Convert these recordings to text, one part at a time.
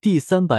第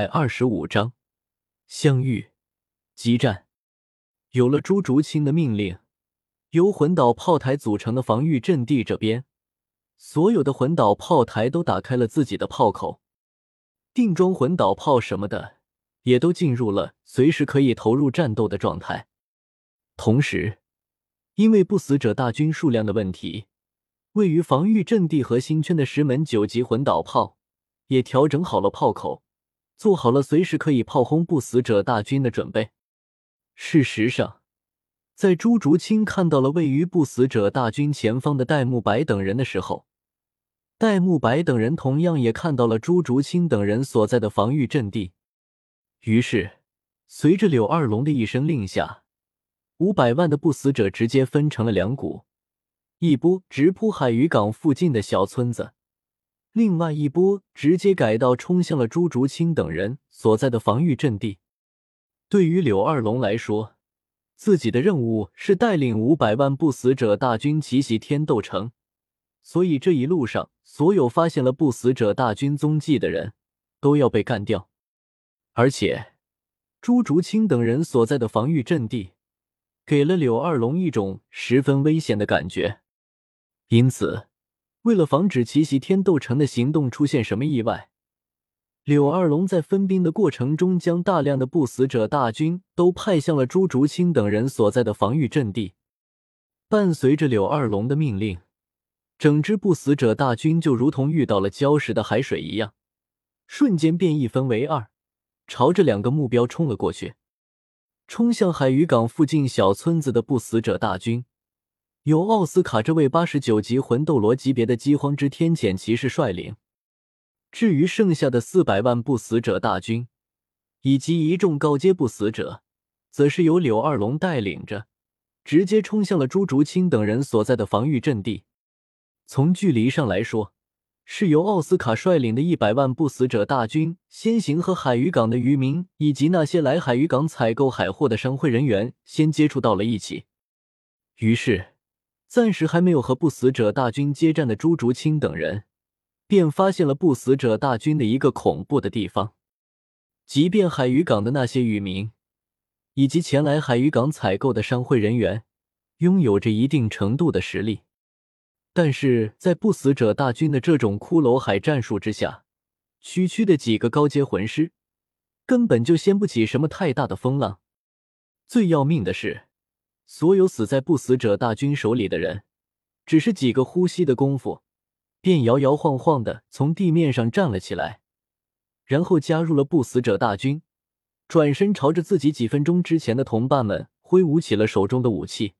325章相遇激战。有了朱竹清的命令，由魂导炮台组成的防御阵地这边，所有的魂导炮台都打开了自己的炮口，定装魂导炮什么的也都进入了随时可以投入战斗的状态。同时，因为不死者大军数量的问题，位于防御阵地核心圈的10门9级魂导炮也调整好了炮口，做好了随时可以炮轰不死者大军的准备。事实上，在朱竹清看到了位于不死者大军前方的戴沐白等人的时候，戴沐白等人同样也看到了朱竹清等人所在的防御阵地。于是，随着柳二龙的一声令下，500万的不死者直接分成了2股，一波直扑海渔港附近的小村子，另外一波直接改道冲向了朱竹清等人所在的防御阵地。对于柳二龙来说，自己的任务是带领500万不死者大军奇袭天斗城，所以这一路上所有发现了不死者大军踪迹的人都要被干掉。而且朱竹清等人所在的防御阵地给了柳二龙一种十分危险的感觉，因此为了防止奇袭天斗城的行动出现什么意外，柳二龙在分兵的过程中将大量的不死者大军都派向了朱竹清等人所在的防御阵地。伴随着柳二龙的命令，整支不死者大军就如同遇到了礁石的海水一样，瞬间便一分为二，朝着2个目标冲了过去。冲向海渔港附近小村子的不死者大军，由奥斯卡这位89级魂斗罗级别的饥荒之天谴骑士率领。至于剩下的400万不死者大军以及一众高阶不死者，则是由柳二龙带领着，直接冲向了朱竹清等人所在的防御阵地。从距离上来说，是由奥斯卡率领的100万不死者大军先行和海渔港的渔民以及那些来海渔港采购海货的商会人员先接触到了一起。于是暂时还没有和不死者大军接战的朱竹清等人便发现了不死者大军的一个恐怖的地方。即便海渔港的那些渔民以及前来海渔港采购的商会人员拥有着一定程度的实力，但是在不死者大军的这种骷髅海战术之下，区区的几个高阶魂师根本就掀不起什么太大的风浪。最要命的是，所有死在不死者大军手里的人，只是几个呼吸的功夫便摇摇晃晃地从地面上站了起来，然后加入了不死者大军，转身朝着自己几分钟之前的同伴们挥舞起了手中的武器。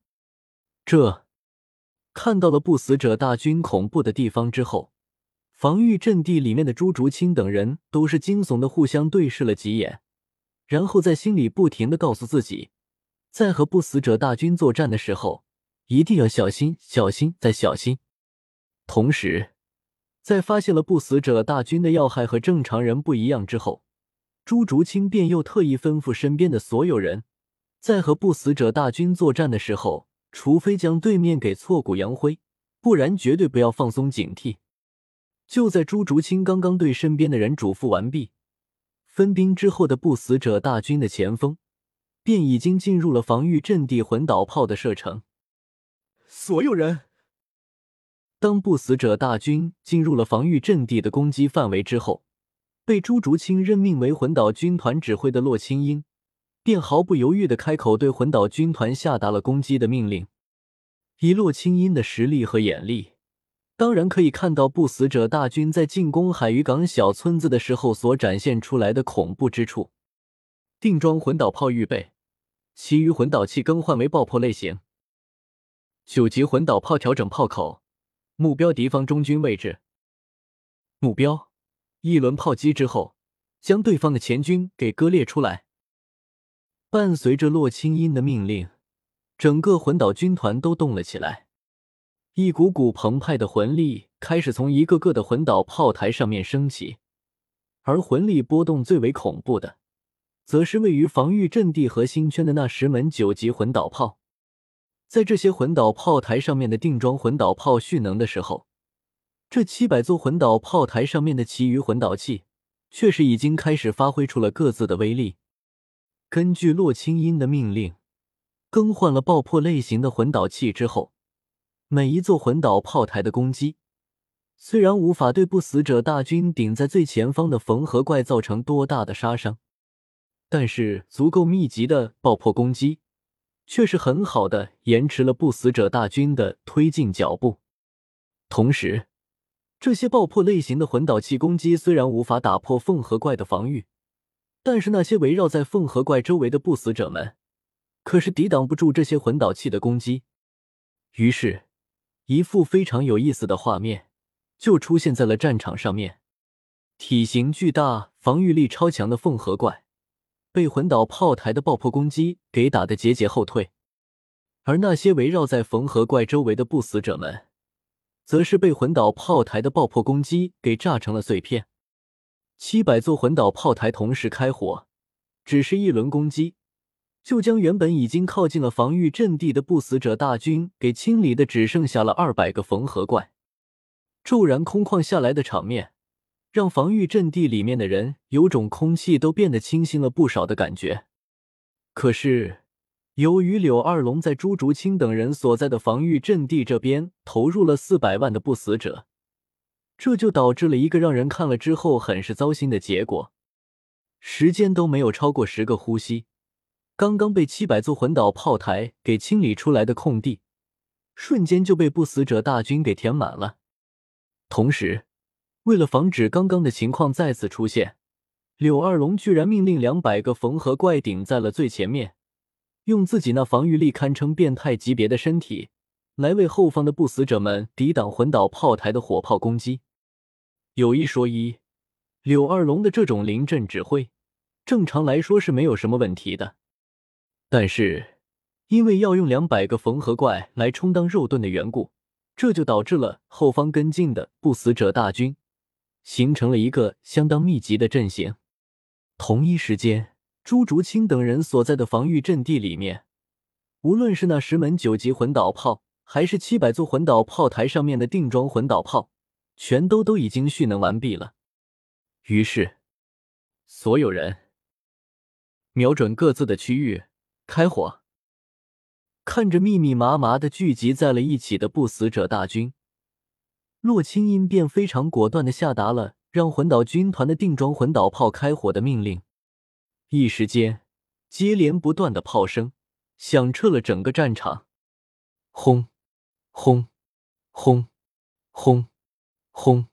看到了不死者大军恐怖的地方之后，防御阵地里面的朱竹清等人都是惊悚的互相对视了几眼，然后在心里不停地告诉自己，在和不死者大军作战的时候一定要小心小心再小心。同时在发现了不死者大军的要害和正常人不一样之后，朱竹清便又特意吩咐身边的所有人，在和不死者大军作战的时候，除非将对面给挫骨扬灰，不然绝对不要放松警惕。就在朱竹清刚刚对身边的人嘱咐完毕，分兵之后的不死者大军的前锋便已经进入了防御阵地魂导炮的射程。 所有人， 当不死者大军进入了防御阵地的攻击范围之后，被朱竹清任命为魂导军团指挥的洛清音便毫不犹豫地开口对魂导军团下达了攻击的命令。以洛清音的实力和眼力，当然可以看到不死者大军在进攻海渔港小村子的时候所展现出来的恐怖之处。定装魂导炮预备，其余魂导器更换为爆破类型。9级魂导炮调整炮口，目标敌方中军位置。目标一轮炮击之后，将对方的前军给割裂出来。伴随着洛清音的命令，整个魂导军团都动了起来，一股股澎湃的魂力开始从一个个的魂导炮台上面升起，而魂力波动最为恐怖的，则是位于防御阵地核心圈的那10门9级魂导炮。在这些魂导炮台上面的定装魂导炮蓄能的时候，这700座魂导炮台上面的其余魂导器却是已经开始发挥出了各自的威力。根据洛清音的命令，更换了爆破类型的魂导器之后，每一座魂导炮台的攻击，虽然无法对不死者大军顶在最前方的缝合怪造成多大的杀伤，但是足够密集的爆破攻击却是很好的延迟了不死者大军的推进脚步。同时，这些爆破类型的魂导器攻击虽然无法打破缝合怪的防御，但是那些围绕在缝合怪周围的不死者们可是抵挡不住这些魂导器的攻击。于是一幅非常有意思的画面就出现在了战场上面。体型巨大、防御力超强的缝合怪被魂导炮台的爆破攻击给打得节节后退，而那些围绕在缝合怪周围的不死者们则是被魂导炮台的爆破攻击给炸成了碎片。700座魂导炮台同时开火，只是一轮攻击就将原本已经靠近了防御阵地的不死者大军给清理的只剩下了200个缝合怪。骤然空旷下来的场面让防御阵地里面的人有种空气都变得清新了不少的感觉。可是由于柳二龙在朱竹清等人所在的防御阵地这边投入了400万的不死者，这就导致了一个让人看了之后很是糟心的结果。时间都没有超过10个呼吸，刚刚被700座魂导炮台给清理出来的空地瞬间就被不死者大军给填满了。同时为了防止刚刚的情况再次出现，柳二龙居然命令200个缝合怪顶在了最前面，用自己那防御力堪称变态级别的身体来为后方的不死者们抵挡魂导炮台的火炮攻击。有一说一，柳二龙的这种临阵指挥正常来说是没有什么问题的，但是因为要用200个缝合怪来充当肉盾的缘故，这就导致了后方跟进的不死者大军形成了一个相当密集的阵型。同一时间，朱竹清等人所在的防御阵地里面，无论是那10门9级魂导炮，还是700座魂导炮台上面的定装魂导炮，全都已经蓄能完毕了。于是所有人瞄准各自的区域开火。看着密密麻麻的聚集在了一起的不死者大军，洛清音便非常果断地下达了让魂导军团的定装魂导炮开火的命令。一时间，接连不断的炮声响彻了整个战场。轰！轰！轰！轰！轰！